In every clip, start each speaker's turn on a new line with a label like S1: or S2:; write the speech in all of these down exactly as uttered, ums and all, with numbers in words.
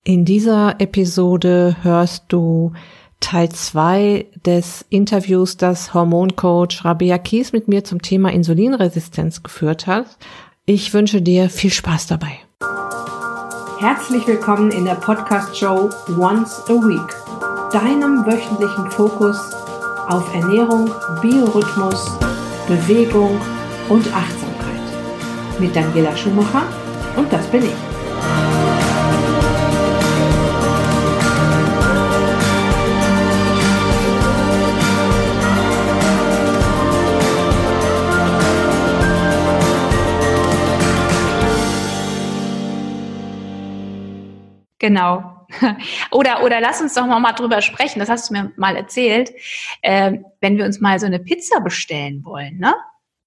S1: In dieser Episode hörst du Teil zwei des Interviews, das Hormoncoach Rabea Kies mit mir zum Thema Insulinresistenz geführt hat. Ich wünsche dir viel Spaß dabei.
S2: Herzlich willkommen in der Podcast-Show Once a Week, deinem wöchentlichen Fokus auf Ernährung, Biorhythmus, Bewegung und Achtsamkeit. Mit Daniela Schumacher und das bin ich.
S3: Genau. Oder, oder lass uns doch mal, mal drüber sprechen, das hast du mir mal erzählt, äh, wenn wir uns mal so eine Pizza bestellen wollen, ne?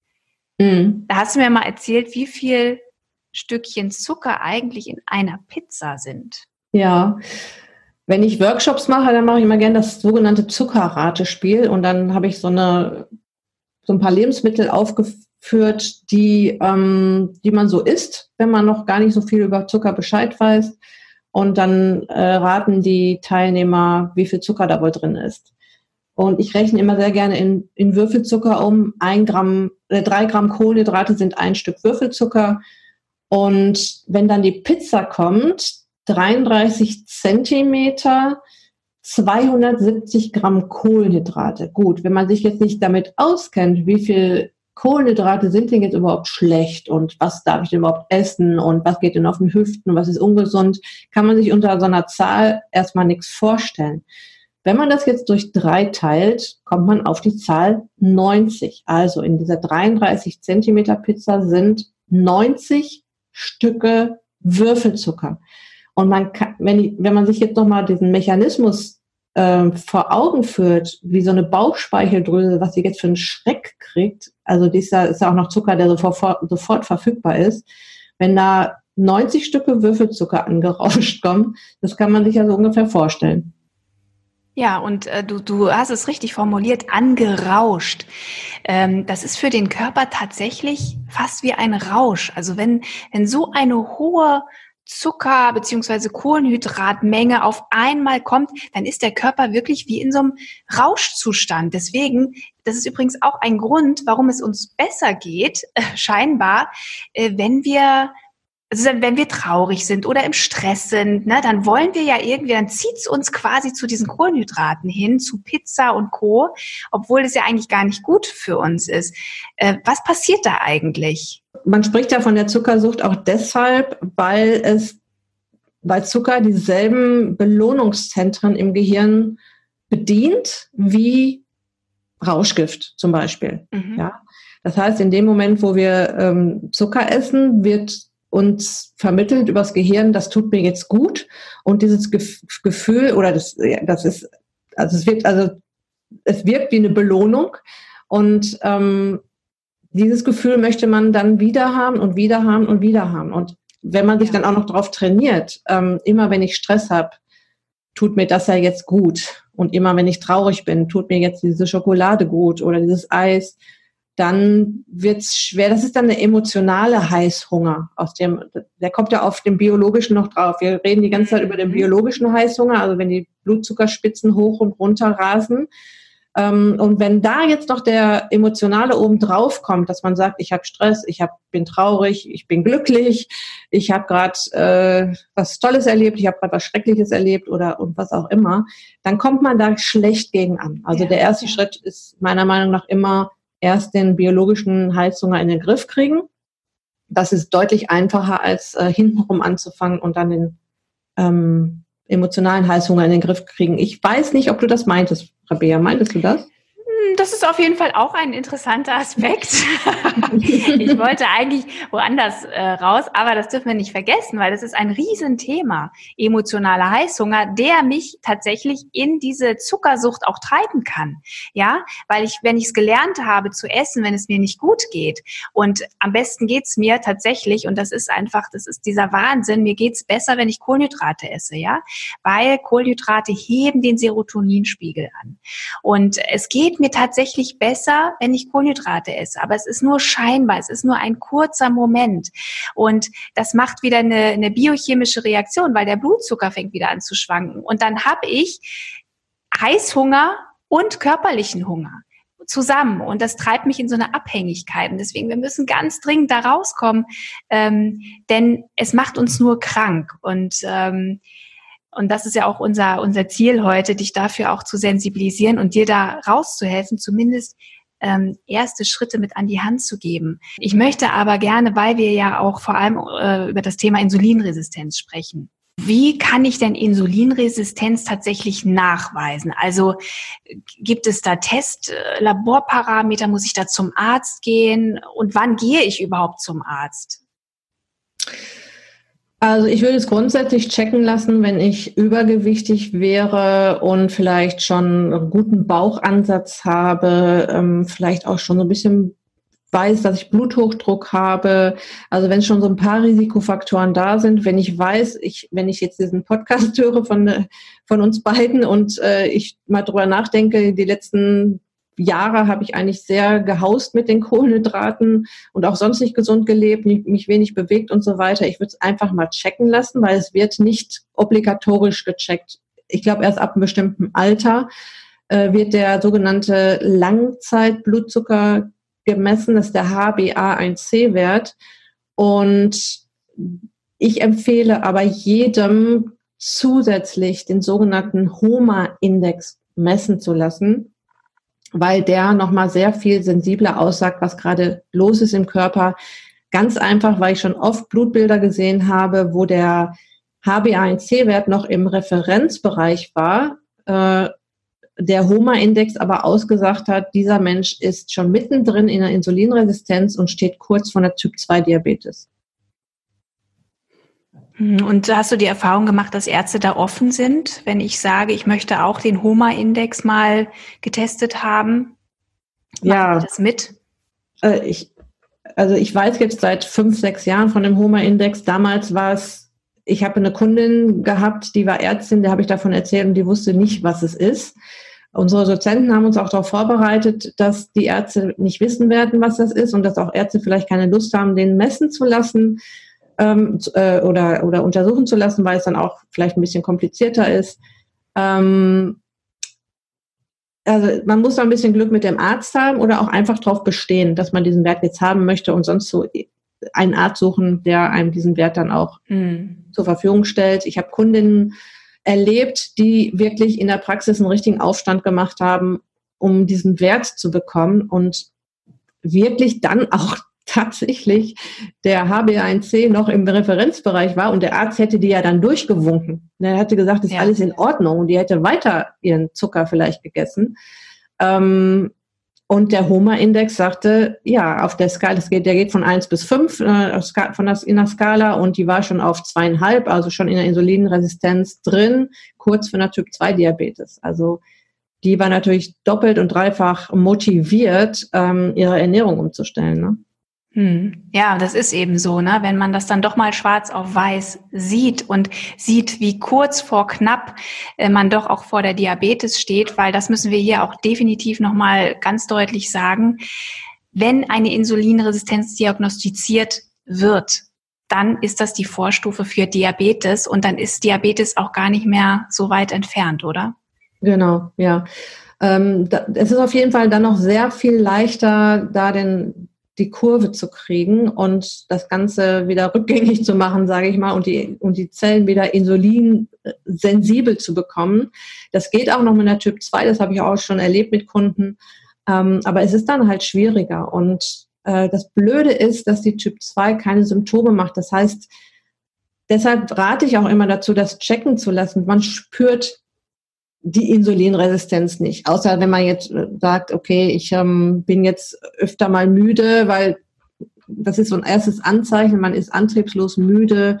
S3: Mhm. Da hast du mir mal erzählt, wie viel Stückchen Zucker eigentlich in einer Pizza sind.
S2: Ja, wenn ich Workshops mache, dann mache ich immer gerne das sogenannte Zuckerratespiel und dann habe ich so eine so ein paar Lebensmittel aufgeführt, die, ähm, die man so isst, wenn man noch gar nicht so viel über Zucker Bescheid weiß. Und dann äh, raten die Teilnehmer, wie viel Zucker da wohl drin ist. Und ich rechne immer sehr gerne in, in Würfelzucker um. Ein Gramm, äh, drei Gramm Kohlenhydrate sind ein Stück Würfelzucker. Und wenn dann die Pizza kommt, dreiunddreißig Zentimeter, zweihundertsiebzig Gramm Kohlenhydrate. Gut, wenn man sich jetzt nicht damit auskennt, wie viel Kohlenhydrate sind denn jetzt überhaupt schlecht und was darf ich denn überhaupt essen und was geht denn auf den Hüften, was ist ungesund, kann man sich unter so einer Zahl erstmal nichts vorstellen. Wenn man das jetzt durch drei teilt, kommt man auf die Zahl neunzig. Also in dieser dreiunddreißig Zentimeter Pizza sind neunzig Stücke Würfelzucker. Und man kann, wenn, wenn man sich jetzt nochmal diesen Mechanismus vor Augen führt, wie so eine Bauchspeicheldrüse, was sie jetzt für einen Schreck kriegt, also dieser ist ja auch noch Zucker, der sofort, sofort verfügbar ist, wenn da neunzig Stücke Würfelzucker angerauscht kommen, das kann man sich ja so ungefähr vorstellen.
S3: Ja, und äh, du, du hast es richtig formuliert, angerauscht. Ähm, das ist für den Körper tatsächlich fast wie ein Rausch. Also wenn, wenn so eine hohe Zucker- bzw. Kohlenhydratmenge auf einmal kommt, dann ist der Körper wirklich wie in so einem Rauschzustand. Deswegen, das ist übrigens auch ein Grund, warum es uns besser geht, äh, scheinbar, äh, wenn wir, also wenn wir traurig sind oder im Stress sind, ne, dann wollen wir ja irgendwie, dann zieht's uns quasi zu diesen Kohlenhydraten hin, zu Pizza und Co., obwohl es ja eigentlich gar nicht gut für uns ist. Äh, was passiert da eigentlich?
S2: Man spricht ja von der Zuckersucht auch deshalb, weil es, weil Zucker dieselben Belohnungszentren im Gehirn bedient wie Rauschgift zum Beispiel. Mhm. Ja, das heißt, in dem Moment, wo wir ähm, Zucker essen, wird uns vermittelt übers Gehirn, das tut mir jetzt gut. Und dieses Gef- Gefühl oder das, ja, das ist, also es wirkt, also es wirkt wie eine Belohnung und ähm, dieses Gefühl möchte man dann wieder haben und wieder haben und wieder haben. Und wenn man sich ja. dann auch noch darauf trainiert, ähm, immer wenn ich Stress habe, tut mir das ja jetzt gut. Und immer wenn ich traurig bin, tut mir jetzt diese Schokolade gut oder dieses Eis, dann wird's schwer. Das ist dann eine emotionale Heißhunger. Aus dem, der kommt ja auf den biologischen noch drauf. Wir reden die ganze Zeit über den biologischen Heißhunger, also wenn die Blutzuckerspitzen hoch und runter rasen. Und wenn da jetzt noch der emotionale oben drauf kommt, dass man sagt, ich habe Stress, ich hab, bin traurig, ich bin glücklich, ich habe gerade äh, was Tolles erlebt, ich habe gerade was Schreckliches erlebt oder und was auch immer, dann kommt man da schlecht gegen an. Also ja, der erste ja. Schritt ist meiner Meinung nach immer erst den biologischen Heißhunger in den Griff kriegen. Das ist deutlich einfacher, als äh, hintenrum anzufangen und dann den ähm, emotionalen Heißhunger in den Griff kriegen. Ich weiß nicht, ob du das meintest, Rabea. Meintest du das?
S3: Das ist auf jeden Fall auch ein interessanter Aspekt. Ich wollte eigentlich woanders äh, raus, aber das dürfen wir nicht vergessen, weil das ist ein Riesenthema, emotionaler Heißhunger, der mich tatsächlich in diese Zuckersucht auch treiben kann. Ja, weil ich, wenn ich es gelernt habe zu essen, wenn es mir nicht gut geht und am besten geht's mir tatsächlich, und das ist einfach, das ist dieser Wahnsinn, mir geht's besser, wenn ich Kohlenhydrate esse, ja, weil Kohlenhydrate heben den Serotoninspiegel an. Und es geht mir tatsächlich besser, wenn ich Kohlenhydrate esse. Aber es ist nur scheinbar, es ist nur ein kurzer Moment. Und das macht wieder eine, eine biochemische Reaktion, weil der Blutzucker fängt wieder an zu schwanken. Und dann habe ich Heißhunger und körperlichen Hunger zusammen. Und das treibt mich in so eine Abhängigkeit. Und deswegen, wir müssen ganz dringend da rauskommen, ähm, denn es macht uns nur krank. Und ähm, und das ist ja auch unser unser Ziel heute, dich dafür auch zu sensibilisieren und dir da rauszuhelfen, zumindest ähm, erste Schritte mit an die Hand zu geben. Ich möchte aber gerne, weil wir ja auch vor allem äh, über das Thema Insulinresistenz sprechen. Wie kann ich denn Insulinresistenz tatsächlich nachweisen? Also gibt es da Test, Laborparameter? Muss ich da zum Arzt gehen? Und wann gehe ich überhaupt zum Arzt?
S2: Also ich würde es grundsätzlich checken lassen, wenn ich übergewichtig wäre und vielleicht schon einen guten Bauchansatz habe, ähm, vielleicht auch schon so ein bisschen weiß, dass ich Bluthochdruck habe. Also wenn schon so ein paar Risikofaktoren da sind, wenn ich weiß, ich, wenn ich jetzt diesen Podcast höre von, von uns beiden und äh, ich mal drüber nachdenke, die letzten Jahre habe ich eigentlich sehr gehaust mit den Kohlenhydraten und auch sonst nicht gesund gelebt, mich wenig bewegt und so weiter. Ich würde es einfach mal checken lassen, weil es wird nicht obligatorisch gecheckt. Ich glaube, erst ab einem bestimmten Alter äh, wird der sogenannte Langzeitblutzucker gemessen, das ist der H b A eins C Wert. Und ich empfehle aber jedem zusätzlich den sogenannten HOMA-Index messen zu lassen, weil der nochmal sehr viel sensibler aussagt, was gerade los ist im Körper. Ganz einfach, weil ich schon oft Blutbilder gesehen habe, wo der H b A eins C Wert noch im Referenzbereich war, äh, der HOMA-Index aber ausgesagt hat, dieser Mensch ist schon mittendrin in der Insulinresistenz und steht kurz vor der Typ zwei Diabetes.
S3: Und hast du die Erfahrung gemacht, dass Ärzte da offen sind, wenn ich sage, ich möchte auch den HOMA-Index mal getestet haben?
S2: Ja.
S3: Das mit?
S2: Äh, ich, also ich weiß jetzt seit fünf, sechs Jahren von dem HOMA-Index. Damals war es, ich habe eine Kundin gehabt, die war Ärztin, der habe ich davon erzählt und die wusste nicht, was es ist. Unsere Dozenten haben uns auch darauf vorbereitet, dass die Ärzte nicht wissen werden, was das ist und dass auch Ärzte vielleicht keine Lust haben, den messen zu lassen ähm, äh, oder, oder untersuchen zu lassen, weil es dann auch vielleicht ein bisschen komplizierter ist. Ähm, also man muss da ein bisschen Glück mit dem Arzt haben oder auch einfach darauf bestehen, dass man diesen Wert jetzt haben möchte und sonst so einen Arzt suchen, der einem diesen Wert dann auch mhm. zur Verfügung stellt. Ich habe Kundinnen erlebt, die wirklich in der Praxis einen richtigen Aufstand gemacht haben, um diesen Wert zu bekommen und wirklich dann auch tatsächlich der H b A eins C noch im Referenzbereich war und der Arzt hätte die ja dann durchgewunken. Er hätte gesagt, das ist ja alles in Ordnung und die hätte weiter ihren Zucker vielleicht gegessen. Ähm, und der HOMA-Index sagte, ja, auf der Skala, das geht, der geht von eins bis fünf äh, von der, in der Skala und die war schon auf zweieinhalb, also schon in der Insulinresistenz drin, kurz vor einer Typ zwei Diabetes. Also die war natürlich doppelt und dreifach motiviert, ähm, ihre Ernährung umzustellen, ne?
S3: Hm. Ja, das ist eben so, ne? Wenn man das dann doch mal schwarz auf weiß sieht und sieht, wie kurz vor knapp äh, man doch auch vor der Diabetes steht, weil das müssen wir hier auch definitiv nochmal ganz deutlich sagen. Wenn eine Insulinresistenz diagnostiziert wird, dann ist das die Vorstufe für Diabetes und dann ist Diabetes auch gar nicht mehr so weit entfernt, oder?
S2: Genau, ja. Ähm, da, es ist auf jeden Fall dann noch sehr viel leichter, da den die Kurve zu kriegen und das Ganze wieder rückgängig zu machen, sage ich mal, und die und die Zellen wieder insulinsensibel zu bekommen. Das geht auch noch mit der Typ zwei, das habe ich auch schon erlebt mit Kunden, ähm, aber es ist dann halt schwieriger und äh, das Blöde ist, dass die Typ zwei keine Symptome macht. Das heißt, deshalb rate ich auch immer dazu, das checken zu lassen. Man spürt die Insulinresistenz nicht. Außer wenn man jetzt sagt, okay, ich ähm, bin jetzt öfter mal müde, weil das ist so ein erstes Anzeichen, man ist antriebslos müde,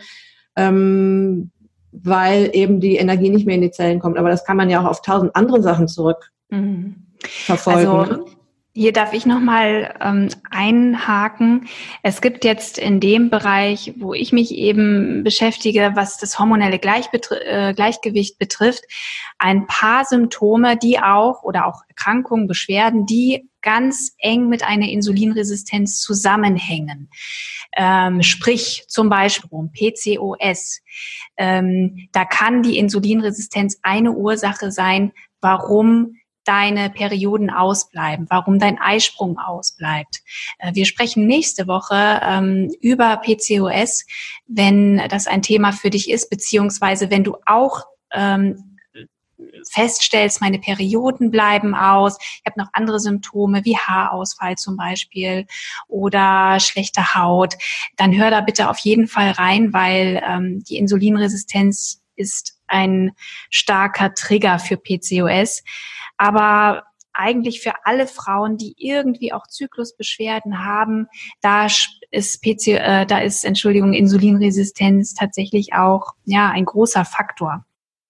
S2: ähm, weil eben die Energie nicht mehr in die Zellen kommt. Aber das kann man ja auch auf tausend andere Sachen zurück mhm. verfolgen.
S3: Also, Hier darf ich nochmal ähm, einhaken. Es gibt jetzt in dem Bereich, wo ich mich eben beschäftige, was das hormonelle Gleichbetri- äh, Gleichgewicht betrifft, ein paar Symptome, die auch oder auch Erkrankungen, Beschwerden, die ganz eng mit einer Insulinresistenz zusammenhängen. Ähm, sprich zum Beispiel P C O S. Ähm, da kann die Insulinresistenz eine Ursache sein, warum deine Perioden ausbleiben, warum dein Eisprung ausbleibt. Wir sprechen nächste Woche ähm, über P C O S, wenn das ein Thema für dich ist, beziehungsweise wenn du auch ähm, feststellst, meine Perioden bleiben aus, ich habe noch andere Symptome wie Haarausfall zum Beispiel oder schlechte Haut, dann hör da bitte auf jeden Fall rein, weil ähm, die Insulinresistenz ist ein starker Trigger für P C O S. Aber eigentlich für alle Frauen, die irgendwie auch Zyklusbeschwerden haben, da ist P C, äh, da ist, Entschuldigung, Insulinresistenz tatsächlich auch, ja, ein großer Faktor.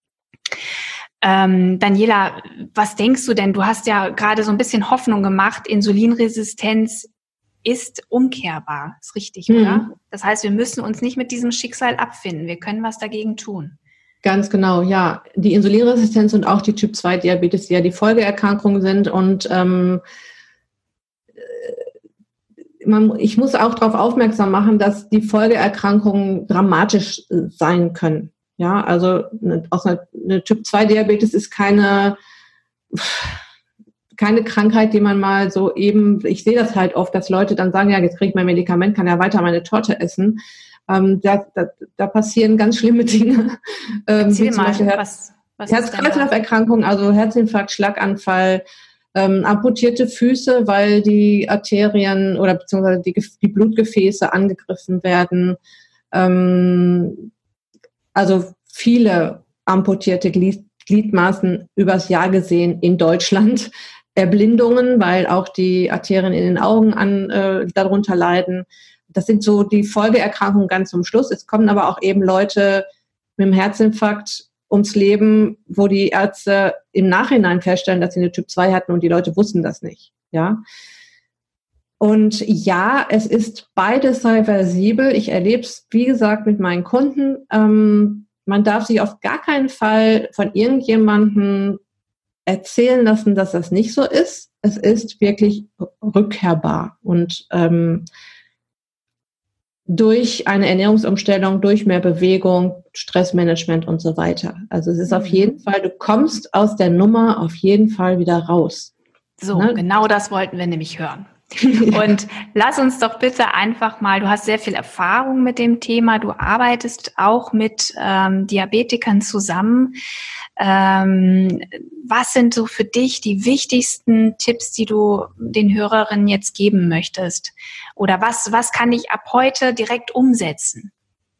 S3: Ähm, Daniela, was denkst du denn? Du hast ja gerade so ein bisschen Hoffnung gemacht. Insulinresistenz ist umkehrbar. Ist richtig, mhm. oder? Das heißt, wir müssen uns nicht mit diesem Schicksal abfinden. Wir können was dagegen tun.
S2: Ganz genau, ja. Die Insulinresistenz und auch die Typ zwei Diabetes, die ja die Folgeerkrankungen sind. Und ähm, man, ich muss auch darauf aufmerksam machen, dass die Folgeerkrankungen dramatisch sein können. Ja, also eine, auch eine, eine Typ zwei Diabetes ist keine, keine Krankheit, die man mal so eben, ich sehe das halt oft, dass Leute dann sagen, ja, jetzt kriege ich mein Medikament, kann ja weiter meine Torte essen. Ähm, da, da, da passieren ganz schlimme Dinge. Ähm, wie zum
S3: mal,
S2: Beispiel Her-
S3: was, was
S2: Herz-Kreislauf-Erkrankungen, also Herzinfarkt, Schlaganfall, ähm, amputierte Füße, weil die Arterien oder beziehungsweise die, die Blutgefäße angegriffen werden. Ähm, also viele amputierte Glied, Gliedmaßen übers Jahr gesehen in Deutschland. Erblindungen, weil auch die Arterien in den Augen an, äh, darunter leiden. Das sind so die Folgeerkrankungen ganz zum Schluss. Es kommen aber auch eben Leute mit einem Herzinfarkt ums Leben, wo die Ärzte im Nachhinein feststellen, dass sie eine Typ zwei hatten und die Leute wussten das nicht. Ja. Und ja, es ist beides reversibel. Ich erlebe es, wie gesagt, mit meinen Kunden. Ähm, man darf sich auf gar keinen Fall von irgendjemandem erzählen lassen, dass das nicht so ist. Es ist wirklich rückkehrbar. Und ähm, durch eine Ernährungsumstellung, durch mehr Bewegung, Stressmanagement und so weiter. Also es ist auf jeden Fall, du kommst aus der Nummer auf jeden Fall wieder raus.
S3: So, ne? Genau das wollten wir nämlich hören. Und lass uns doch bitte einfach mal, du hast sehr viel Erfahrung mit dem Thema, du arbeitest auch mit ähm, Diabetikern zusammen. Ähm, was sind so für dich die wichtigsten Tipps, die du den Hörerinnen jetzt geben möchtest? Oder was, was kann ich ab heute direkt umsetzen?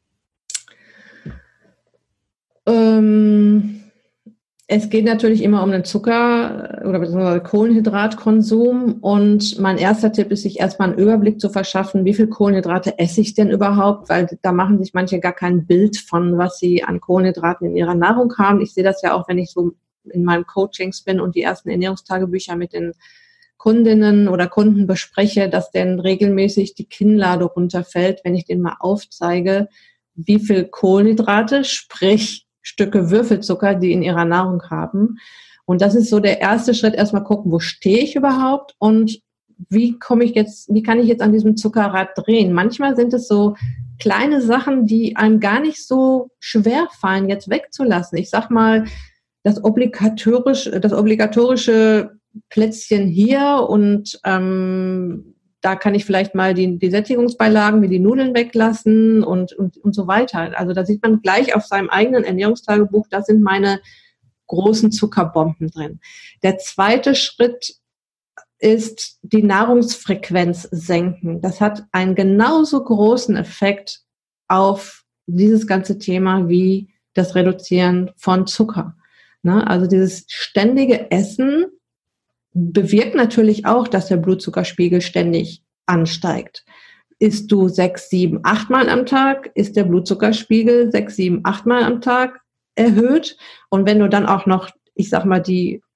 S2: Ähm, es geht natürlich immer um den Zucker- oder beziehungsweise Kohlenhydratkonsum. Und mein erster Tipp ist, sich erstmal einen Überblick zu verschaffen, wie viel Kohlenhydrate esse ich denn überhaupt? Weil da machen sich manche gar kein Bild von, was sie an Kohlenhydraten in ihrer Nahrung haben. Ich sehe das ja auch, wenn ich so in meinen Coachings bin und die ersten Ernährungstagebücher mit den Kundinnen oder Kunden bespreche, dass denen regelmäßig die Kinnlade runterfällt, wenn ich denen mal aufzeige, wie viel Kohlenhydrate, sprich Stücke Würfelzucker, die in ihrer Nahrung haben. Und das ist so der erste Schritt, erstmal gucken, wo stehe ich überhaupt und wie komme ich jetzt, wie kann ich jetzt an diesem Zuckerrad drehen? Manchmal sind es so kleine Sachen, die einem gar nicht so schwer fallen, jetzt wegzulassen. Ich sag mal, das obligatorische, das obligatorische Plätzchen hier und ähm, da kann ich vielleicht mal die, die Sättigungsbeilagen wie die Nudeln weglassen und, und, und so weiter. Also da sieht man gleich auf seinem eigenen Ernährungstagebuch, da sind meine großen Zuckerbomben drin. Der zweite Schritt ist die Nahrungsfrequenz senken. Das hat einen genauso großen Effekt auf dieses ganze Thema wie das Reduzieren von Zucker. Ne? Also dieses ständige Essen bewirkt natürlich auch, dass der Blutzuckerspiegel ständig ansteigt. Isst du sechs, sieben, acht Mal am Tag, ist der Blutzuckerspiegel sechs, sieben, acht Mal am Tag erhöht. Und wenn du dann auch noch, ich sag mal, die,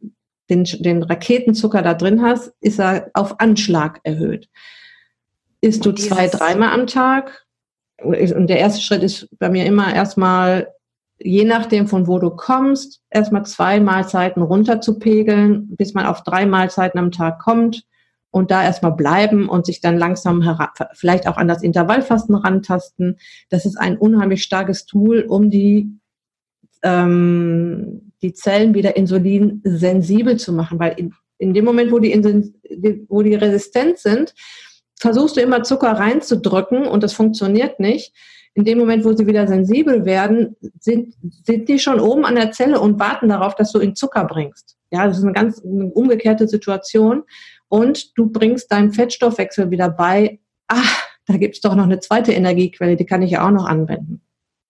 S2: den, den Raketenzucker da drin hast, ist er auf Anschlag erhöht. Isst du zwei, dreimal am Tag? Und der erste Schritt ist bei mir immer erstmal, je nachdem von wo du kommst, erstmal zwei Mahlzeiten runterzupegeln, bis man auf drei Mahlzeiten am Tag kommt und da erstmal bleiben und sich dann langsam herab, vielleicht auch an das Intervallfasten rantasten. Das ist ein unheimlich starkes Tool, um die, ähm, die Zellen wieder insulinsensibel zu machen, weil in, in dem Moment, wo die, wo die resistent sind, versuchst du immer Zucker reinzudrücken und das funktioniert nicht. In dem Moment, wo sie wieder sensibel werden, sind, sind die schon oben an der Zelle und warten darauf, dass du ihnen Zucker bringst. Ja, das ist eine ganz eine umgekehrte Situation. Und du bringst deinem Fettstoffwechsel wieder bei, ach, da gibt es doch noch eine zweite Energiequelle, die kann ich ja auch noch anwenden.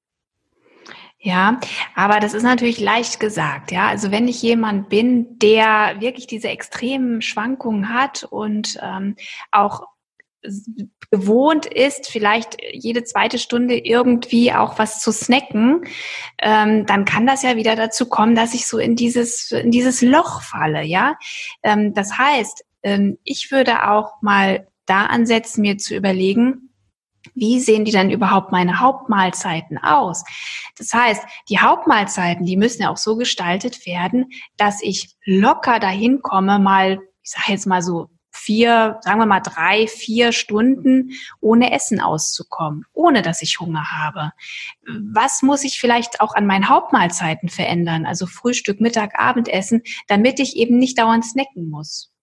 S3: Ja, aber das ist natürlich leicht gesagt, ja. Also wenn ich jemand bin, der wirklich diese extremen Schwankungen hat und ähm, auch gewohnt ist, vielleicht jede zweite Stunde irgendwie auch was zu snacken, ähm, dann kann das ja wieder dazu kommen, dass ich so in dieses in dieses Loch falle, ja. Ähm, das heißt, ähm, ich würde auch mal da ansetzen, mir zu überlegen, wie sehen die dann überhaupt meine Hauptmahlzeiten aus? Das heißt, die Hauptmahlzeiten, die müssen ja auch so gestaltet werden, dass ich locker dahin komme, mal, ich sage jetzt mal so, vier, sagen wir mal drei, vier Stunden ohne Essen auszukommen, ohne dass ich Hunger habe. Was muss ich vielleicht auch an meinen Hauptmahlzeiten verändern, also Frühstück, Mittag, Abendessen, damit ich eben nicht dauernd snacken muss?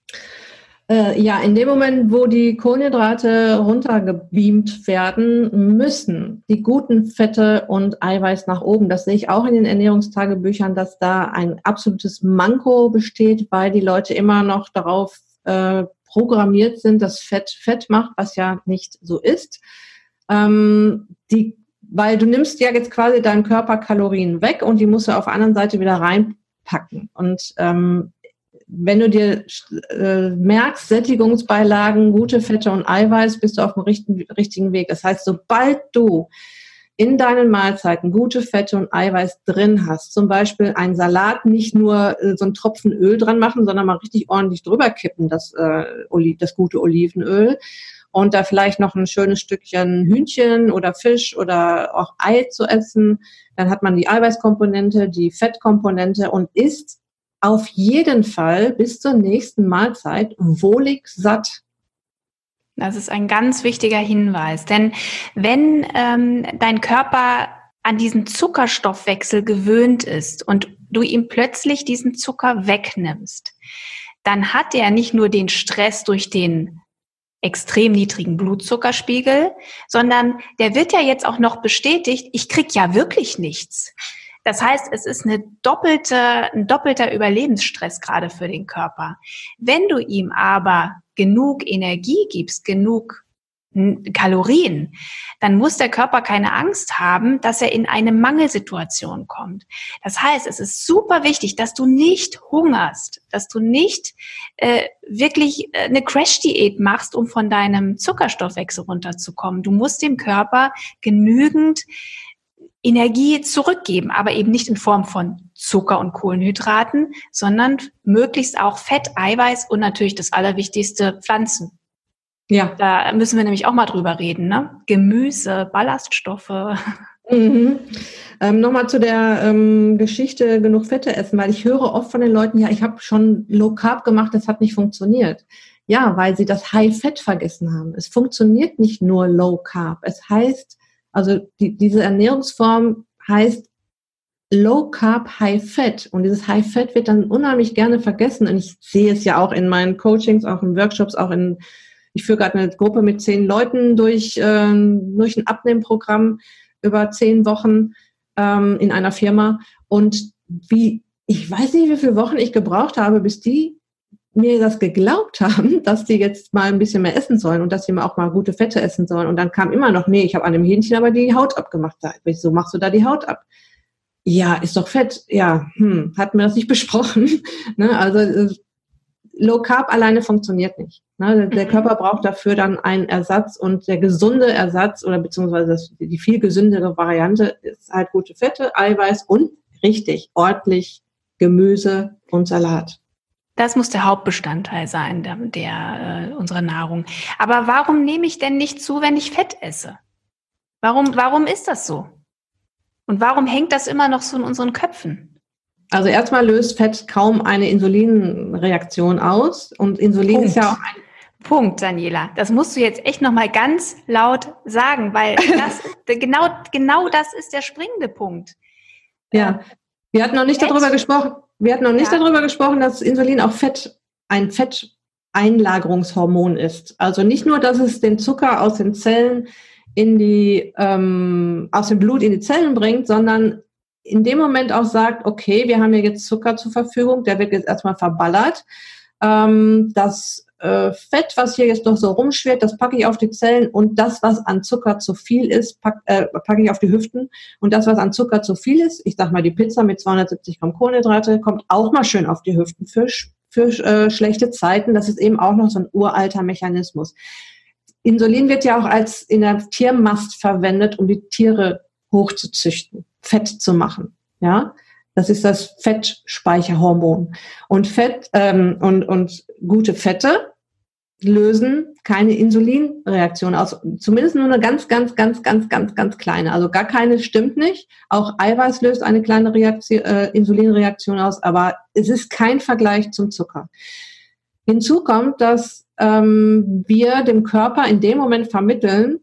S2: Äh, ja, in dem Moment, wo die Kohlenhydrate runtergebeamt werden, müssen die guten Fette und Eiweiß nach oben. Das sehe ich auch in den Ernährungstagebüchern, dass da ein absolutes Manko besteht, weil die Leute immer noch darauf äh, programmiert sind, dass Fett Fett macht, was ja nicht so ist. Ähm, die, weil du nimmst ja jetzt quasi deinem Körper Kalorien weg und die musst du auf der anderen Seite wieder reinpacken. Und ähm, wenn du dir äh, merkst, Sättigungsbeilagen, gute Fette und Eiweiß, bist du auf dem richtigen, richtigen Weg. Das heißt, sobald du in deinen Mahlzeiten gute Fette und Eiweiß drin hast, zum Beispiel einen Salat nicht nur äh, so einen Tropfen Öl dran machen, sondern mal richtig ordentlich drüber kippen, das, äh, Oli- das gute Olivenöl, und da vielleicht noch ein schönes Stückchen Hühnchen oder Fisch oder auch Ei zu essen, dann hat man die Eiweißkomponente, die Fettkomponente und isst auf jeden Fall bis zur nächsten Mahlzeit wohlig satt.
S3: Das ist ein ganz wichtiger Hinweis, denn wenn ähm, dein Körper an diesen Zuckerstoffwechsel gewöhnt ist und du ihm plötzlich diesen Zucker wegnimmst, dann hat er nicht nur den Stress durch den extrem niedrigen Blutzuckerspiegel, sondern der wird ja jetzt auch noch bestätigt, ich krieg ja wirklich nichts. Das heißt, es ist eine doppelte, ein doppelter Überlebensstress gerade für den Körper. Wenn du ihm aber genug Energie gibst, genug Kalorien, dann muss der Körper keine Angst haben, dass er in eine Mangelsituation kommt. Das heißt, es ist super wichtig, dass du nicht hungerst, dass du nicht äh, wirklich eine Crash-Diät machst, um von deinem Zuckerstoffwechsel runterzukommen. Du musst dem Körper genügend Energie zurückgeben, aber eben nicht in Form von Zucker und Kohlenhydraten, sondern möglichst auch Fett, Eiweiß und natürlich das Allerwichtigste, Pflanzen.
S2: Ja.
S3: Da müssen wir nämlich auch mal drüber reden, ne? Gemüse, Ballaststoffe.
S2: Mhm. Ähm, Nochmal zu der ähm, Geschichte, genug Fette essen, weil ich höre oft von den Leuten, ja, ich habe schon Low Carb gemacht, das hat nicht funktioniert. Ja, weil sie das High Fett vergessen haben. Es funktioniert nicht nur Low Carb. Es heißt, also die, diese Ernährungsform heißt Low Carb, High Fat. Und dieses High Fat wird dann unheimlich gerne vergessen. Und ich sehe es ja auch in meinen Coachings, auch in Workshops, auch in, ich führe gerade eine Gruppe mit zehn Leuten durch, äh, durch ein Abnehmprogramm über zehn Wochen ähm, in einer Firma. Und wie, ich weiß nicht, wie viele Wochen ich gebraucht habe, bis die mir das geglaubt haben, dass die jetzt mal ein bisschen mehr essen sollen und dass sie mal auch mal gute Fette essen sollen. Und dann kam immer noch, nee, ich habe an dem Hähnchen aber die Haut abgemacht. Wieso machst du da die Haut ab? Ja, ist doch Fett. Ja, hm, hatten wir das nicht besprochen. ne? Also äh, Low Carb alleine funktioniert nicht. Ne? Der mhm. Körper braucht dafür dann einen Ersatz und der gesunde Ersatz oder beziehungsweise das, die viel gesündere Variante ist halt gute Fette, Eiweiß und richtig, ordentlich Gemüse und Salat.
S3: Das muss der Hauptbestandteil sein der, der äh, unserer Nahrung. Aber warum nehme ich denn nicht zu, wenn ich Fett esse? Warum, warum ist das so? Und warum hängt das immer noch so in unseren Köpfen?
S2: Also erstmal löst Fett kaum eine Insulinreaktion aus. Und Insulin
S3: Punkt.
S2: ist ja auch ein
S3: Punkt, Daniela. Das musst du jetzt echt nochmal ganz laut sagen, weil das, genau, genau das ist der springende Punkt.
S2: Ja, wir hatten noch nicht
S3: Fett.
S2: darüber gesprochen, wir hatten noch nicht
S3: Ja.
S2: darüber gesprochen, dass Insulin auch Fett, ein Fetteinlagerungshormon ist. Also nicht nur, dass es den Zucker aus den Zellen in die, ähm, aus dem Blut in die Zellen bringt, sondern in dem Moment auch sagt, okay, wir haben hier jetzt Zucker zur Verfügung, der wird jetzt erstmal verballert. Ähm, das äh, Fett, was hier jetzt noch so rumschwirrt, das packe ich auf die Zellen und das, was an Zucker zu viel ist, pack, äh, packe ich auf die Hüften und das, was an Zucker zu viel ist, ich sag mal die Pizza mit zweihundertsiebzig Gramm Kohlenhydrate, kommt auch mal schön auf die Hüften für, für äh, schlechte Zeiten. Das ist eben auch noch so ein uralter Mechanismus. Insulin wird ja auch als in der Tiermast verwendet, um die Tiere hochzuzüchten, Fett zu machen, ja. Das ist das Fettspeicherhormon. Und Fett ähm, und, und gute Fette lösen keine Insulinreaktion aus. Zumindest nur eine ganz, ganz, ganz, ganz, ganz, ganz kleine. Also gar keine stimmt nicht. Auch Eiweiß löst eine kleine Reaktion, äh, Insulinreaktion aus, aber es ist kein Vergleich zum Zucker. Hinzu kommt, dass ähm, wir dem Körper in dem Moment vermitteln,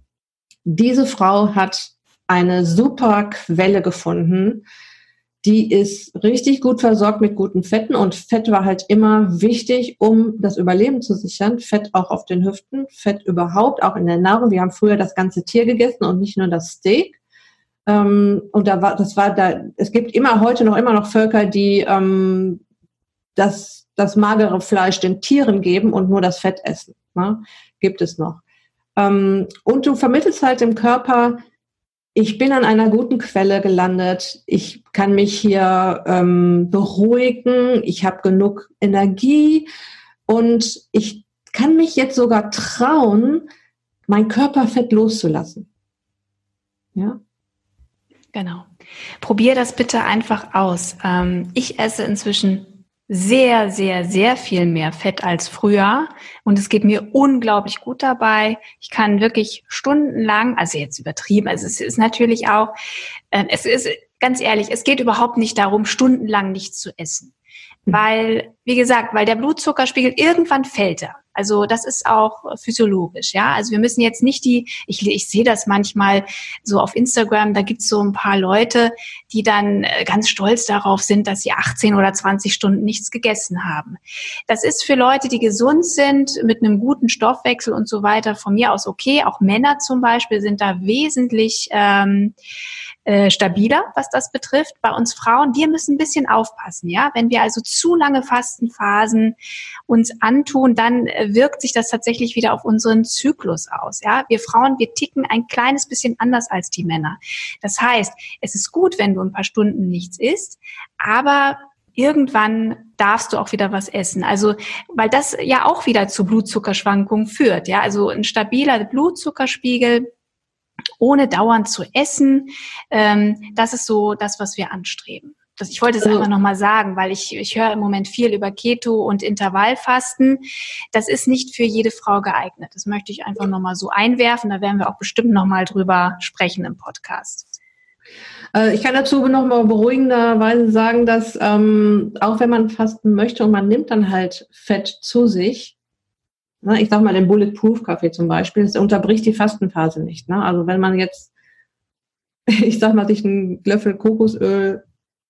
S2: diese Frau hat eine super Quelle gefunden, die ist richtig gut versorgt mit guten Fetten und Fett war halt immer wichtig, um das Überleben zu sichern. Fett auch auf den Hüften, Fett überhaupt, auch in der Nahrung. Wir haben früher das ganze Tier gegessen und nicht nur das Steak. Ähm, und da war, das war da, es gibt immer heute noch immer noch Völker, die ähm, das, das magere Fleisch den Tieren geben und nur das Fett essen. Ne? Gibt es noch. Ähm, und du vermittelst halt dem Körper, ich bin an einer guten Quelle gelandet. Ich kann mich hier ähm, beruhigen. Ich habe genug Energie und ich kann mich jetzt sogar trauen, mein Körperfett loszulassen. Ja.
S3: Genau. Probier das bitte einfach aus. Ähm, ich esse inzwischen sehr, sehr, sehr viel mehr Fett als früher und es geht mir unglaublich gut dabei. Ich kann wirklich stundenlang, also jetzt übertrieben, also es ist natürlich auch, äh, es ist ganz ehrlich, es geht überhaupt nicht darum, stundenlang nichts zu essen. Weil, wie gesagt, weil der Blutzuckerspiegel irgendwann fällt er. Also das ist auch physiologisch, ja. Also wir müssen jetzt nicht die, ich, ich sehe das manchmal so auf Instagram, da gibt's so ein paar Leute, die dann ganz stolz darauf sind, dass sie achtzehn oder zwanzig Stunden nichts gegessen haben. Das ist für Leute, die gesund sind, mit einem guten Stoffwechsel und so weiter, von mir aus okay. Auch Männer zum Beispiel sind da wesentlich ähm, äh, stabiler, was das betrifft. Bei uns Frauen, wir müssen ein bisschen aufpassen, ja. Wenn wir also zu lange Fastenphasen uns antun, dann wirkt sich das tatsächlich wieder auf unseren Zyklus aus. Ja, wir Frauen, wir ticken ein kleines bisschen anders als die Männer. Das heißt, es ist gut, wenn du ein paar Stunden nichts isst, aber irgendwann darfst du auch wieder was essen. Also, weil das ja auch wieder zu Blutzuckerschwankungen führt. Ja, also ein stabiler Blutzuckerspiegel ohne dauernd zu essen, ähm, das ist so das, was wir anstreben. Das, ich wollte es einfach nochmal sagen, weil ich, ich höre im Moment viel über Keto und Intervallfasten. Das ist nicht für jede Frau geeignet. Das möchte ich einfach nochmal so einwerfen. Da werden wir auch bestimmt nochmal drüber sprechen im Podcast.
S2: Ich kann dazu nochmal beruhigenderweise sagen, dass ähm, auch wenn man fasten möchte und man nimmt dann halt Fett zu sich, ne, ich sag mal den Bulletproof-Kaffee zum Beispiel, das unterbricht die Fastenphase nicht. Ne? Also wenn man jetzt, ich sag mal, sich einen Löffel Kokosöl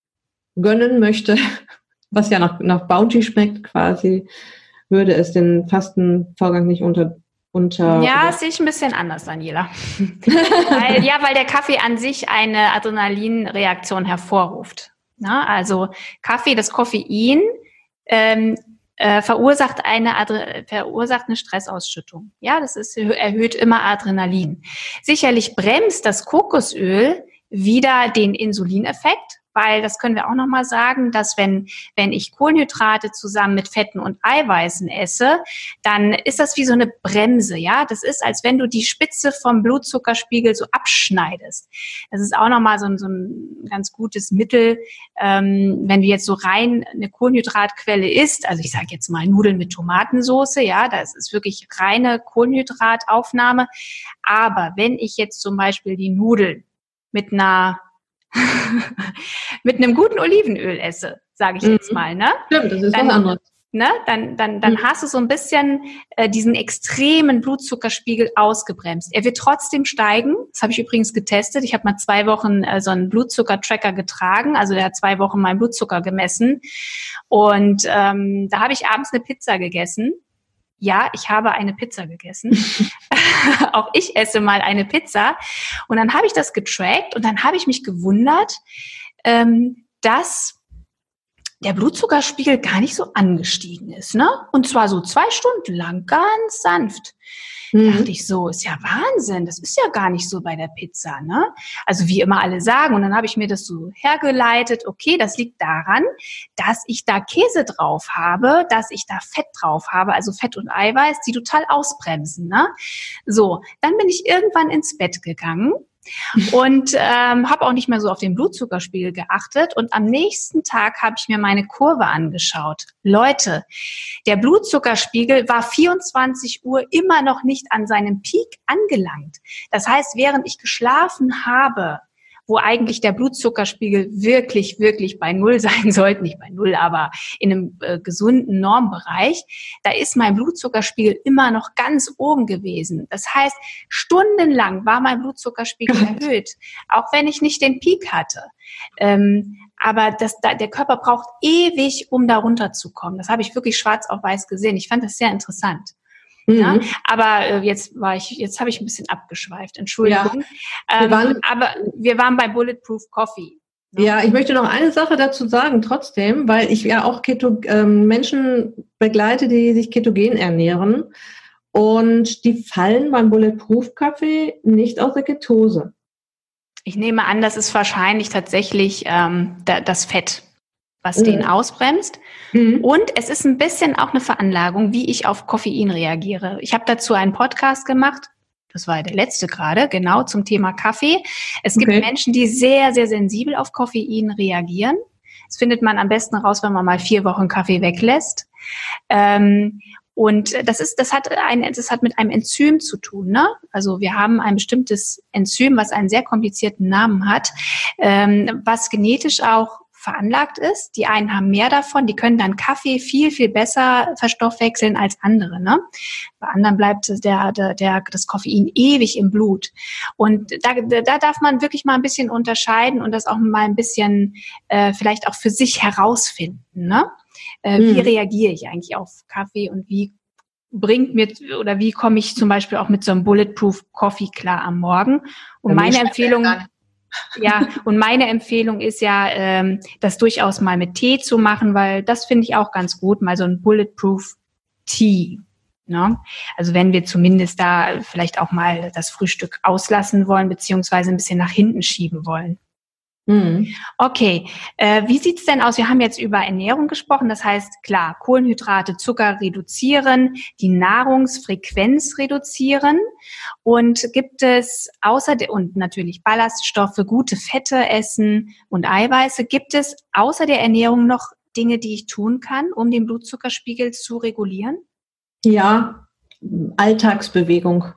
S2: gönnen möchte, was ja nach, nach Bounty schmeckt quasi, würde es den Fastenvorgang nicht unter... unter
S3: ja, das sehe ich ein bisschen anders, Daniela. weil, ja, weil der Kaffee an sich eine Adrenalinreaktion hervorruft. Na, also Kaffee, das Koffein ähm, äh, verursacht eine Adre- verursacht eine Stressausschüttung. Ja, das ist, erhöht immer Adrenalin. Sicherlich bremst das Kokosöl wieder den Insulineffekt, weil das können wir auch nochmal sagen, dass wenn, wenn ich Kohlenhydrate zusammen mit Fetten und Eiweißen esse, dann ist das wie so eine Bremse, ja. Das ist, als wenn du die Spitze vom Blutzuckerspiegel so abschneidest. Das ist auch nochmal so ein, so ein ganz gutes Mittel, ähm, wenn du jetzt so rein eine Kohlenhydratquelle isst, also ich sage jetzt mal Nudeln mit Tomatensoße, ja, das ist wirklich reine Kohlenhydrataufnahme. Aber wenn ich jetzt zum Beispiel die Nudeln mit einer mit einem guten Olivenöl esse, sage ich mhm. jetzt mal, ne?
S2: Stimmt, das ist
S3: dann,
S2: was anderes.
S3: Ne, dann dann, dann mhm. hast du so ein bisschen äh, diesen extremen Blutzuckerspiegel ausgebremst. Er wird trotzdem steigen. Das habe ich übrigens getestet. Ich habe mal zwei Wochen äh, so einen Blutzucker-Tracker getragen. Also der hat zwei Wochen meinen Blutzucker gemessen. Und ähm, da habe ich abends eine Pizza gegessen. Ja, ich habe eine Pizza gegessen. Auch ich esse mal eine Pizza. Und dann habe ich das getrackt und dann habe ich mich gewundert, ähm, dass der Blutzuckerspiegel gar nicht so angestiegen ist, ne? Und zwar so zwei Stunden lang, ganz sanft. Mhm. Dachte ich so, ist ja Wahnsinn, das ist ja gar nicht so bei der Pizza, ne? Also wie immer alle sagen. Und dann habe ich mir das so hergeleitet, okay, das liegt daran, dass ich da Käse drauf habe, dass ich da Fett drauf habe, also Fett und Eiweiß, die total ausbremsen, ne? So, dann bin ich irgendwann ins Bett gegangen. Und ähm, habe auch nicht mehr so auf den Blutzuckerspiegel geachtet. Und am nächsten Tag habe ich mir meine Kurve angeschaut. Leute, der Blutzuckerspiegel war vierundzwanzig Uhr immer noch nicht an seinem Peak angelangt. Das heißt, während ich geschlafen habe, wo eigentlich der Blutzuckerspiegel wirklich, wirklich bei Null sein sollte, nicht bei Null, aber in einem äh, gesunden Normbereich, da ist mein Blutzuckerspiegel immer noch ganz oben gewesen. Das heißt, stundenlang war mein Blutzuckerspiegel erhöht, auch wenn ich nicht den Peak hatte. Ähm, aber das, da, der Körper braucht ewig, um da runterzukommen. Das habe ich wirklich schwarz auf weiß gesehen. Ich fand das sehr interessant. Ja, mhm. aber äh, jetzt war ich, jetzt habe ich ein bisschen abgeschweift. Entschuldigung. Ja, wir ähm, waren, aber wir waren bei Bulletproof Coffee.
S2: Ne? Ja, ich möchte noch eine Sache dazu sagen, trotzdem, weil ich ja auch Keto, ähm, Menschen begleite, die sich ketogen ernähren, und die fallen beim Bulletproof Kaffee nicht aus der Ketose.
S3: Ich nehme an, das ist wahrscheinlich tatsächlich ähm, da, das Fett, was mhm. den ausbremst. Mhm. Und es ist ein bisschen auch eine Veranlagung, wie ich auf Koffein reagiere. Ich habe dazu einen Podcast gemacht, das war der letzte gerade, genau zum Thema Kaffee. Es gibt okay. Menschen, die sehr, sehr sensibel auf Koffein reagieren. Das findet man am besten raus, wenn man mal vier Wochen Kaffee weglässt. Ähm, und das ist, das hat ein, das hat mit einem Enzym zu tun, ne? Also wir haben ein bestimmtes Enzym, was einen sehr komplizierten Namen hat, ähm, was genetisch auch veranlagt ist. Die einen haben mehr davon, die können dann Kaffee viel, viel besser verstoffwechseln als andere, ne? Bei anderen bleibt der, der, der, das Koffein ewig im Blut. Und da, da darf man wirklich mal ein bisschen unterscheiden und das auch mal ein bisschen äh, vielleicht auch für sich herausfinden, ne? Äh, mhm. Wie reagiere ich eigentlich auf Kaffee und wie bringt mir oder wie komme ich zum Beispiel auch mit so einem Bulletproof Coffee klar am Morgen? Und meine Empfehlung Ja, und meine Empfehlung ist ja, ähm, das durchaus mal mit Tee zu machen, weil das finde ich auch ganz gut, mal so ein Bulletproof Tea. Ne? Also wenn wir zumindest da vielleicht auch mal das Frühstück auslassen wollen, beziehungsweise ein bisschen nach hinten schieben wollen. Mhm. Okay, äh, wie sieht's denn aus? Wir haben jetzt über Ernährung gesprochen, das heißt, klar, Kohlenhydrate, Zucker reduzieren, die Nahrungsfrequenz reduzieren, und gibt es außer der, und natürlich Ballaststoffe, gute Fette essen und Eiweiße, gibt es außer der Ernährung noch Dinge, die ich tun kann, um den Blutzuckerspiegel zu regulieren?
S2: Ja, Alltagsbewegung.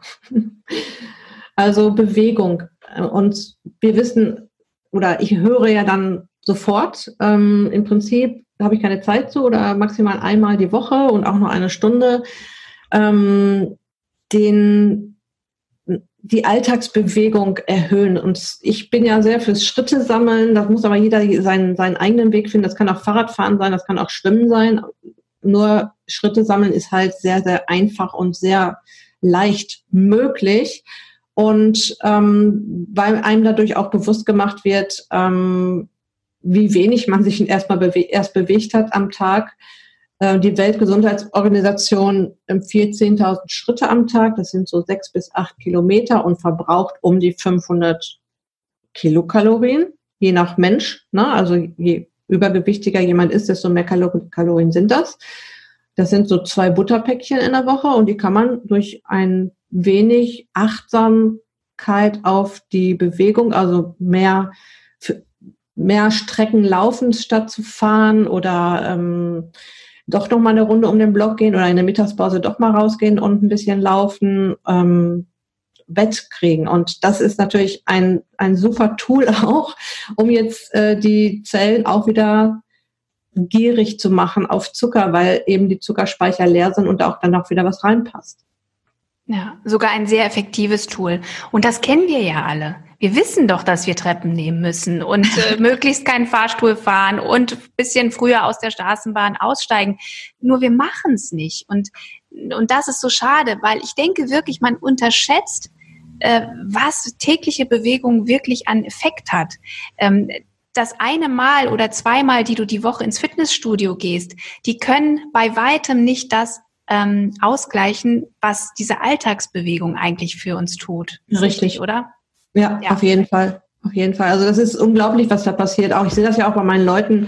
S2: Also Bewegung. Und wir wissen, oder ich höre ja dann sofort, ähm, im Prinzip habe ich keine Zeit zu oder maximal einmal die Woche und auch nur eine Stunde, ähm, den, die Alltagsbewegung erhöhen. Und ich bin ja sehr fürs Schritte sammeln, das muss aber jeder seinen, seinen eigenen Weg finden. Das kann auch Fahrradfahren sein, das kann auch Schwimmen sein. Nur Schritte sammeln ist halt sehr, sehr einfach und sehr leicht möglich. Und ähm, weil einem dadurch auch bewusst gemacht wird, ähm, wie wenig man sich erstmal bewe- erst bewegt hat am Tag. Äh, die Weltgesundheitsorganisation empfiehlt zehntausend Schritte am Tag. Das sind so sechs bis acht Kilometer und verbraucht um die fünfhundert Kilokalorien. je nach Mensch, ne? Also je übergewichtiger jemand ist, desto mehr Kalor- Kalorien sind das. Das sind so zwei Butterpäckchen in der Woche und die kann man durch ein wenig Achtsamkeit auf die Bewegung, also mehr, mehr Strecken laufen, statt zu fahren oder ähm, doch noch mal eine Runde um den Block gehen oder in der Mittagspause doch mal rausgehen und ein bisschen laufen, ähm, wettkriegen. Und das ist natürlich ein, ein super Tool auch, um jetzt äh, die Zellen auch wieder gierig zu machen auf Zucker, weil eben die Zuckerspeicher leer sind und auch dann auch wieder was reinpasst.
S3: Ja, sogar ein sehr effektives Tool. Und das kennen wir ja alle. Wir wissen doch, dass wir Treppen nehmen müssen und äh, möglichst keinen Fahrstuhl fahren und ein bisschen früher aus der Straßenbahn aussteigen. Nur wir machen es nicht. Und, und das ist so schade, weil ich denke wirklich, man unterschätzt, äh, was tägliche Bewegung wirklich an Effekt hat. Ähm, das eine Mal oder zweimal, die du die Woche ins Fitnessstudio gehst, die können bei weitem nicht das ähm, ausgleichen, was diese Alltagsbewegung eigentlich für uns tut.
S2: Richtig,
S3: richtig, oder?
S2: Ja, ja, auf jeden Fall. Auf jeden Fall. Also das ist unglaublich, was da passiert. Auch ich sehe das ja auch bei meinen Leuten,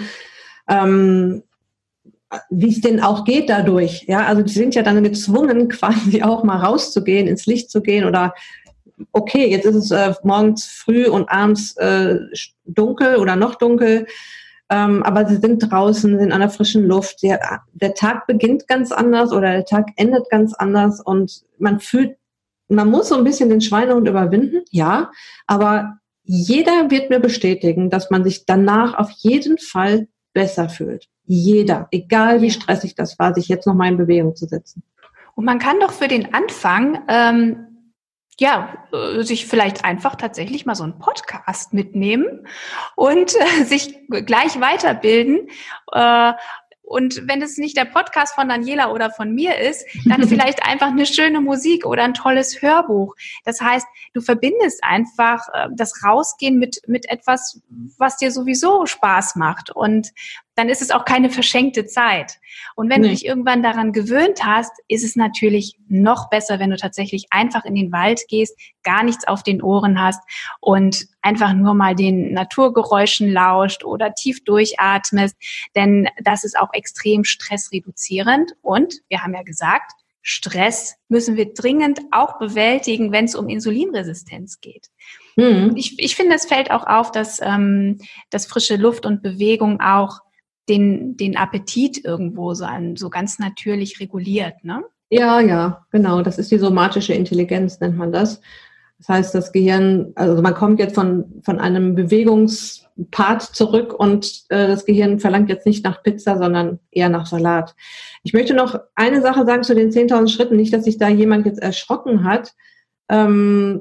S2: ähm, wie es denen auch geht dadurch. Ja, also die sind ja dann gezwungen, quasi auch mal rauszugehen, ins Licht zu gehen oder okay, jetzt ist es äh, morgens früh und abends äh, dunkel oder noch dunkel, ähm, aber sie sind draußen, sind an der frischen Luft. Sie, der Tag beginnt ganz anders oder der Tag endet ganz anders und man fühlt, man muss so ein bisschen den Schweinehund überwinden, ja, aber jeder wird mir bestätigen, dass man sich danach auf jeden Fall besser fühlt. Jeder, egal wie stressig das war, sich jetzt noch mal in Bewegung zu setzen.
S3: Und man kann doch für den Anfang ähm ja, sich vielleicht einfach tatsächlich mal so einen Podcast mitnehmen und äh, sich gleich weiterbilden. Äh, und wenn es nicht der Podcast von Daniela oder von mir ist, dann vielleicht einfach eine schöne Musik oder ein tolles Hörbuch. Das heißt, du verbindest einfach äh, das Rausgehen mit, mit etwas, was dir sowieso Spaß macht. Und dann ist es auch keine verschenkte Zeit. Und wenn nee. du dich irgendwann daran gewöhnt hast, ist es natürlich noch besser, wenn du tatsächlich einfach in den Wald gehst, gar nichts auf den Ohren hast und einfach nur mal den Naturgeräuschen lauscht oder tief durchatmest, denn das ist auch extrem stressreduzierend. Und wir haben ja gesagt, Stress müssen wir dringend auch bewältigen, wenn es um Insulinresistenz geht. Mhm. Und ich, ich finde, es fällt auch auf, dass, ähm, dass frische Luft und Bewegung auch den, den Appetit irgendwo so, an, so ganz natürlich reguliert, ne?
S2: Ja, ja, genau. Das ist die somatische Intelligenz, nennt man das. Das heißt, das Gehirn, also man kommt jetzt von, von einem Bewegungspart zurück und äh, das Gehirn verlangt jetzt nicht nach Pizza, sondern eher nach Salat. Ich möchte noch eine Sache sagen zu den zehntausend Schritten, nicht, dass sich da jemand jetzt erschrocken hat. Ähm,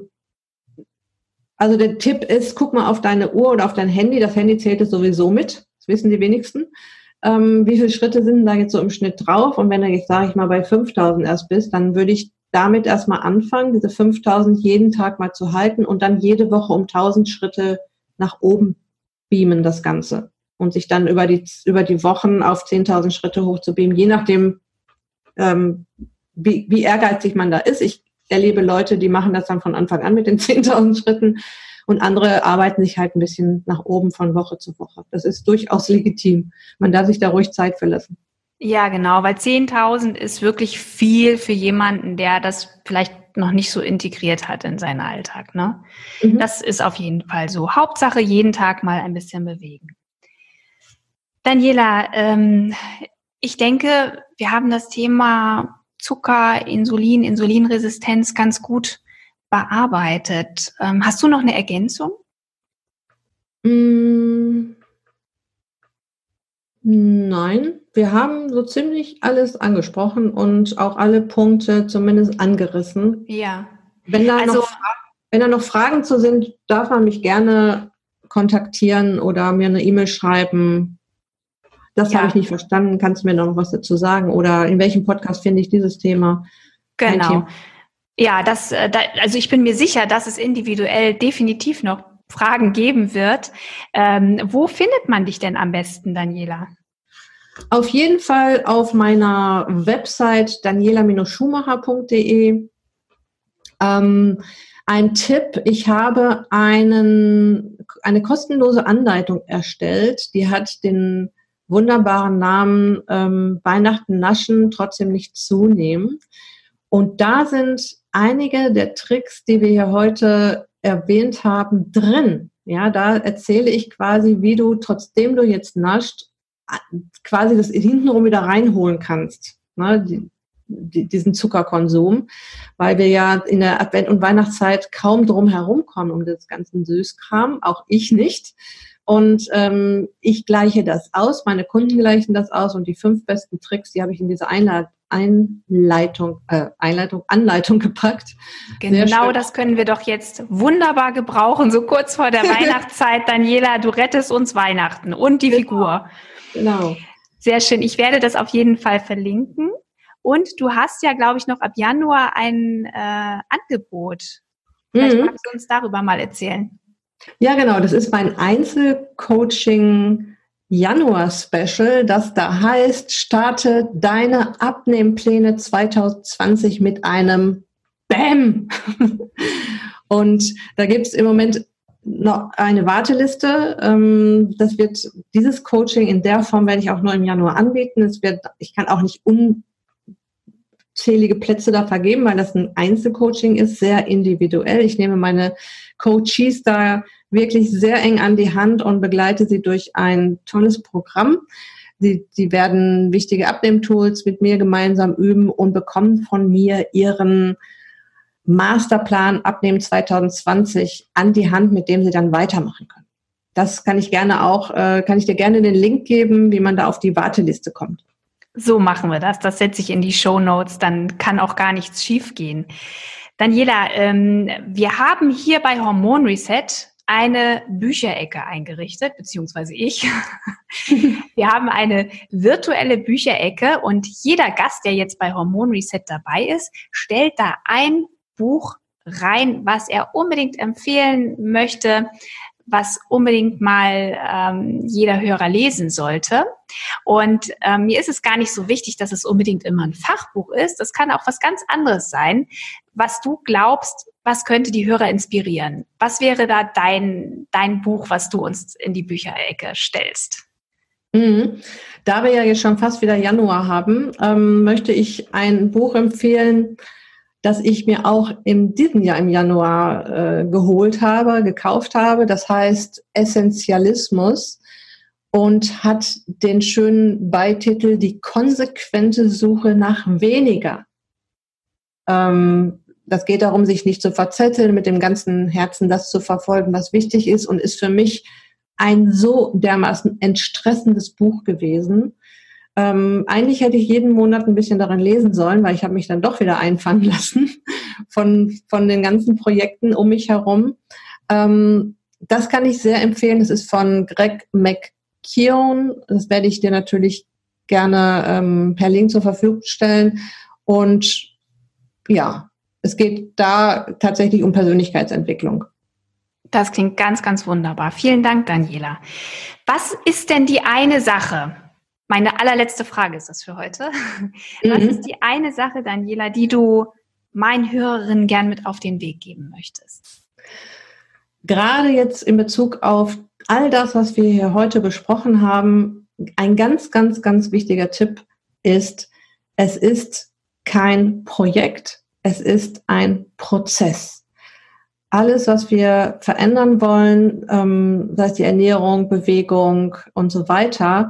S2: also der Tipp ist, guck mal auf deine Uhr oder auf dein Handy. Das Handy zählt es sowieso mit. Das wissen die wenigsten. Ähm, wie viele Schritte sind da jetzt so im Schnitt drauf? Und wenn du jetzt, sage ich mal, bei fünftausend erst bist, dann würde ich damit erstmal anfangen, diese fünftausend jeden Tag mal zu halten und dann jede Woche um tausend Schritte nach oben beamen, das Ganze. Und sich dann über die, über die Wochen auf zehntausend Schritte hochzubeamen, je nachdem, ähm, wie, wie ehrgeizig man da ist. Ich erlebe Leute, die machen das dann von Anfang an mit den zehntausend Schritten und andere arbeiten sich halt ein bisschen nach oben von Woche zu Woche. Das ist durchaus legitim. Man darf sich da ruhig Zeit für lassen.
S3: Ja, genau, weil zehntausend ist wirklich viel für jemanden, der das vielleicht noch nicht so integriert hat in seinen Alltag, ne? Mhm. Das ist auf jeden Fall so. Hauptsache jeden Tag mal ein bisschen bewegen. Daniela, ähm, ich denke, wir haben das Thema Zucker, Insulin, Insulinresistenz ganz gut bearbeitet. Ähm, hast du noch eine Ergänzung?
S2: Mm, nein, wir haben so ziemlich alles angesprochen und auch alle Punkte zumindest angerissen.
S3: Ja.
S2: Wenn da,
S3: also,
S2: noch, wenn da noch Fragen zu sind, darf man mich gerne kontaktieren oder mir eine E-Mail schreiben. Das ja. habe ich nicht verstanden. Kannst du mir noch was dazu sagen? Oder in welchem Podcast finde ich dieses Thema?
S3: Genau. Thema. Ja, das, also ich bin mir sicher, dass es individuell definitiv noch Fragen geben wird. Ähm, wo findet man dich denn am besten, Daniela?
S2: Auf jeden Fall auf meiner Website daniela Schumacher punkt de. Ähm, Ein Tipp, ich habe einen, eine kostenlose Anleitung erstellt, die hat den wunderbaren Namen ähm, Weihnachten naschen, trotzdem nicht zunehmen. Und da sind einige der Tricks, die wir hier heute erwähnt haben, drin. Ja, da erzähle ich quasi, wie du, trotzdem du jetzt nascht, quasi das hintenrum wieder reinholen kannst, ne, die, die, diesen Zuckerkonsum, weil wir ja in der Advent- und Weihnachtszeit kaum drum herum kommen um das ganzen Süßkram, auch ich nicht. Und ähm, ich gleiche das aus, meine Kunden gleichen das aus und die fünf besten Tricks, die habe ich in diese Einlad- Einleitung, äh, Einleitung, Anleitung gepackt.
S3: Genau, das können wir doch jetzt wunderbar gebrauchen, so kurz vor der Weihnachtszeit. Daniela, du rettest uns Weihnachten und die
S2: genau.
S3: Figur.
S2: Genau.
S3: Sehr schön, ich werde das auf jeden Fall verlinken. Und du hast ja, glaube ich, noch ab Januar ein äh, Angebot. Vielleicht
S2: Mhm.
S3: magst du uns darüber mal erzählen.
S2: Ja, genau. Das ist mein Einzelcoaching-Januar-Special, das da heißt, starte deine Abnehmpläne zwanzig zwanzig mit einem Bam! Und da gibt es im Moment noch eine Warteliste. Das wird, dieses Coaching in der Form werde ich auch nur im Januar anbieten. Es wird, ich kann auch nicht unzählige Plätze da vergeben, weil das ein Einzelcoaching ist, sehr individuell. Ich nehme meine Coaches da wirklich sehr eng an die Hand und begleite sie durch ein tolles Programm. Sie, sie werden wichtige Abnehmtools mit mir gemeinsam üben und bekommen von mir ihren Masterplan Abnehmen zwanzig zwanzig an die Hand, mit dem sie dann weitermachen können. Das kann ich gerne auch, äh, kann ich dir gerne den Link geben, wie man da auf die Warteliste kommt.
S3: So machen wir das. Das setze ich in die Shownotes, dann kann auch gar nichts schiefgehen. Daniela, ähm, wir haben hier bei Hormon Reset eine Bücherecke eingerichtet, beziehungsweise ich. Wir haben eine virtuelle Bücherecke und jeder Gast, der jetzt bei Hormon Reset dabei ist, stellt da ein Buch rein, was er unbedingt empfehlen möchte, was unbedingt mal ähm, jeder Hörer lesen sollte. Und ähm, mir ist es gar nicht so wichtig, dass es unbedingt immer ein Fachbuch ist. Das kann auch was ganz anderes sein, was du glaubst, was könnte die Hörer inspirieren. Was wäre da dein, dein Buch, was du uns in die Bücherecke stellst?
S2: Mhm. Da wir ja jetzt schon fast wieder Januar haben, ähm, möchte ich ein Buch empfehlen, das ich mir auch in diesem Jahr im Januar äh, geholt habe, gekauft habe. Das heißt Essentialismus und hat den schönen Beititel Die konsequente Suche nach weniger. Ähm, das geht darum, sich nicht zu verzetteln, mit dem ganzen Herzen das zu verfolgen, was wichtig ist, und ist für mich ein so dermaßen entstressendes Buch gewesen. Ähm, eigentlich hätte ich jeden Monat ein bisschen darin lesen sollen, weil ich habe mich dann doch wieder einfangen lassen von, von den ganzen Projekten um mich herum. Ähm, das kann ich sehr empfehlen. Das ist von Greg McKeown. Das werde ich dir natürlich gerne ähm, per Link zur Verfügung stellen. Und ja, es geht da tatsächlich um Persönlichkeitsentwicklung.
S3: Das klingt ganz, ganz wunderbar. Vielen Dank, Daniela. Was ist denn die eine Sache? Meine allerletzte Frage ist das für heute. Mhm. Was ist die eine Sache, Daniela, die du meinen Hörerinnen gern mit auf den Weg geben möchtest?
S2: Gerade jetzt in Bezug auf all das, was wir hier heute besprochen haben, ein ganz, ganz, ganz wichtiger Tipp ist, es ist kein Projekt, es ist ein Prozess. Alles, was wir verändern wollen, ähm, sei es die Ernährung, Bewegung und so weiter,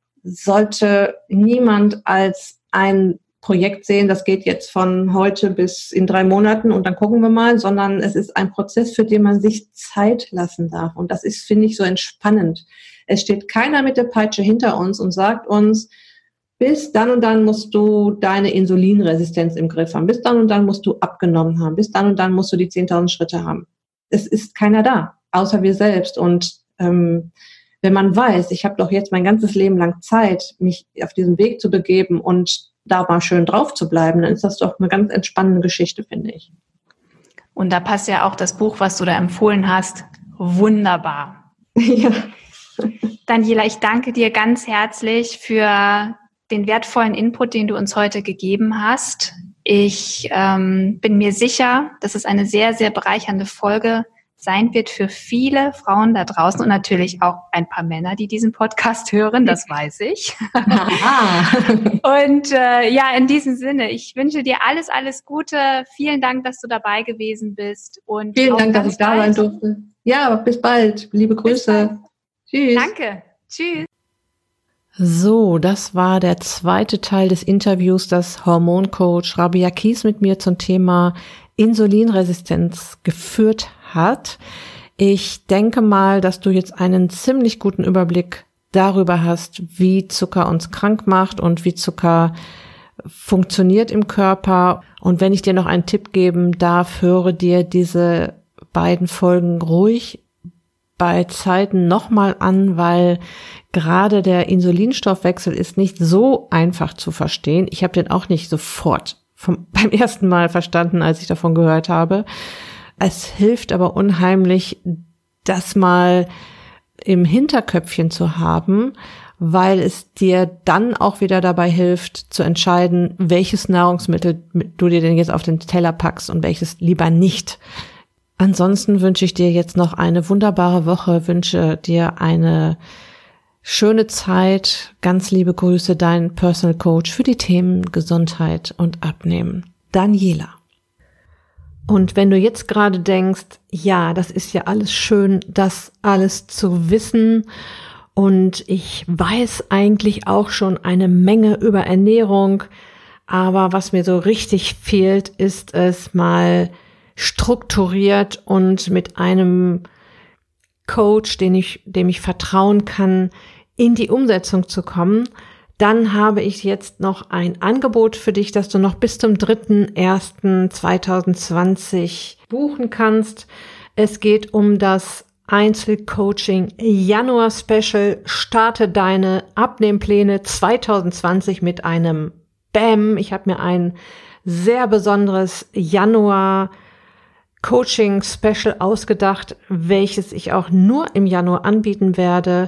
S2: sollte niemand als ein Projekt sehen, das geht jetzt von heute bis in drei Monaten und dann gucken wir mal, sondern es ist ein Prozess, für den man sich Zeit lassen darf. Und das ist, finde ich, so entspannend. Es steht keiner mit der Peitsche hinter uns und sagt uns, bis dann und dann musst du deine Insulinresistenz im Griff haben, bis dann und dann musst du abgenommen haben, bis dann und dann musst du die zehntausend Schritte haben. Es ist keiner da, außer wir selbst. Und ähm, wenn man weiß, ich habe doch jetzt mein ganzes Leben lang Zeit, mich auf diesen Weg zu begeben und da mal schön drauf zu bleiben, dann ist das doch eine ganz entspannende Geschichte, finde ich.
S3: Und da passt ja auch das Buch, was du da empfohlen hast, wunderbar.
S2: Ja.
S3: Daniela, ich danke dir ganz herzlich für den wertvollen Input, den du uns heute gegeben hast. Ich ähm, bin mir sicher, dass es eine sehr, sehr bereichernde Folge sein wird für viele Frauen da draußen und natürlich auch ein paar Männer, die diesen Podcast hören, das weiß ich. Und äh, ja, in diesem Sinne, ich wünsche dir alles, alles Gute. Vielen Dank, dass du dabei gewesen bist. Und
S2: vielen Dank, dass ich da sein durfte. Ja, bis bald. Liebe Grüße.
S3: Tschüss. Danke. Tschüss.
S1: So, das war der zweite Teil des Interviews, das Hormoncoach Rabea Kies mit mir zum Thema Insulinresistenz geführt hat. Ich denke mal, dass du jetzt einen ziemlich guten Überblick darüber hast, wie Zucker uns krank macht und wie Zucker funktioniert im Körper. Und wenn ich dir noch einen Tipp geben darf, höre dir diese beiden Folgen ruhig bei Zeiten nochmal an, weil gerade der Insulinstoffwechsel ist nicht so einfach zu verstehen. Ich habe den auch nicht sofort vom, beim ersten Mal verstanden, als ich davon gehört habe. Es hilft aber unheimlich, das mal im Hinterköpfchen zu haben, weil es dir dann auch wieder dabei hilft, zu entscheiden, welches Nahrungsmittel du dir denn jetzt auf den Teller packst und welches lieber nicht. Ansonsten wünsche ich dir jetzt noch eine wunderbare Woche, wünsche dir eine schöne Zeit. Ganz liebe Grüße, dein Personal Coach für die Themen Gesundheit und Abnehmen, Daniela. Und wenn du jetzt gerade denkst, ja, das ist ja alles schön, das alles zu wissen und ich weiß eigentlich auch schon eine Menge über Ernährung, aber was mir so richtig fehlt, ist es mal strukturiert und mit einem Coach, den ich, dem ich vertrauen kann, in die Umsetzung zu kommen, dann habe ich jetzt noch ein Angebot für dich, das du noch bis zum dritten ersten zweitausendzwanzig buchen kannst. Es geht um das Einzelcoaching Januar Special. Starte deine Abnehmpläne zweitausendzwanzig mit einem Bam. Ich habe mir ein sehr besonderes Januar Coaching Special ausgedacht, welches ich auch nur im Januar anbieten werde.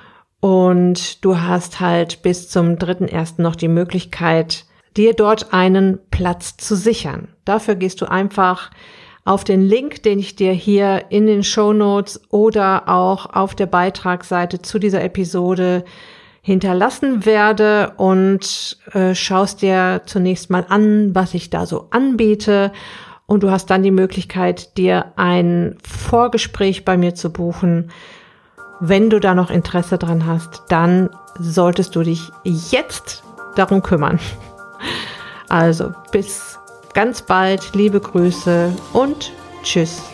S1: Und du hast halt bis zum dritten ersten noch die Möglichkeit, dir dort einen Platz zu sichern. Dafür gehst du einfach auf den Link, den ich dir hier in den Shownotes oder auch auf der Beitragsseite zu dieser Episode hinterlassen werde und äh, schaust dir zunächst mal an, was ich da so anbiete. Und du hast dann die Möglichkeit, dir ein Vorgespräch bei mir zu buchen. Wenn du da noch Interesse dran hast, dann solltest du dich jetzt darum kümmern. Also bis ganz bald, liebe Grüße und tschüss.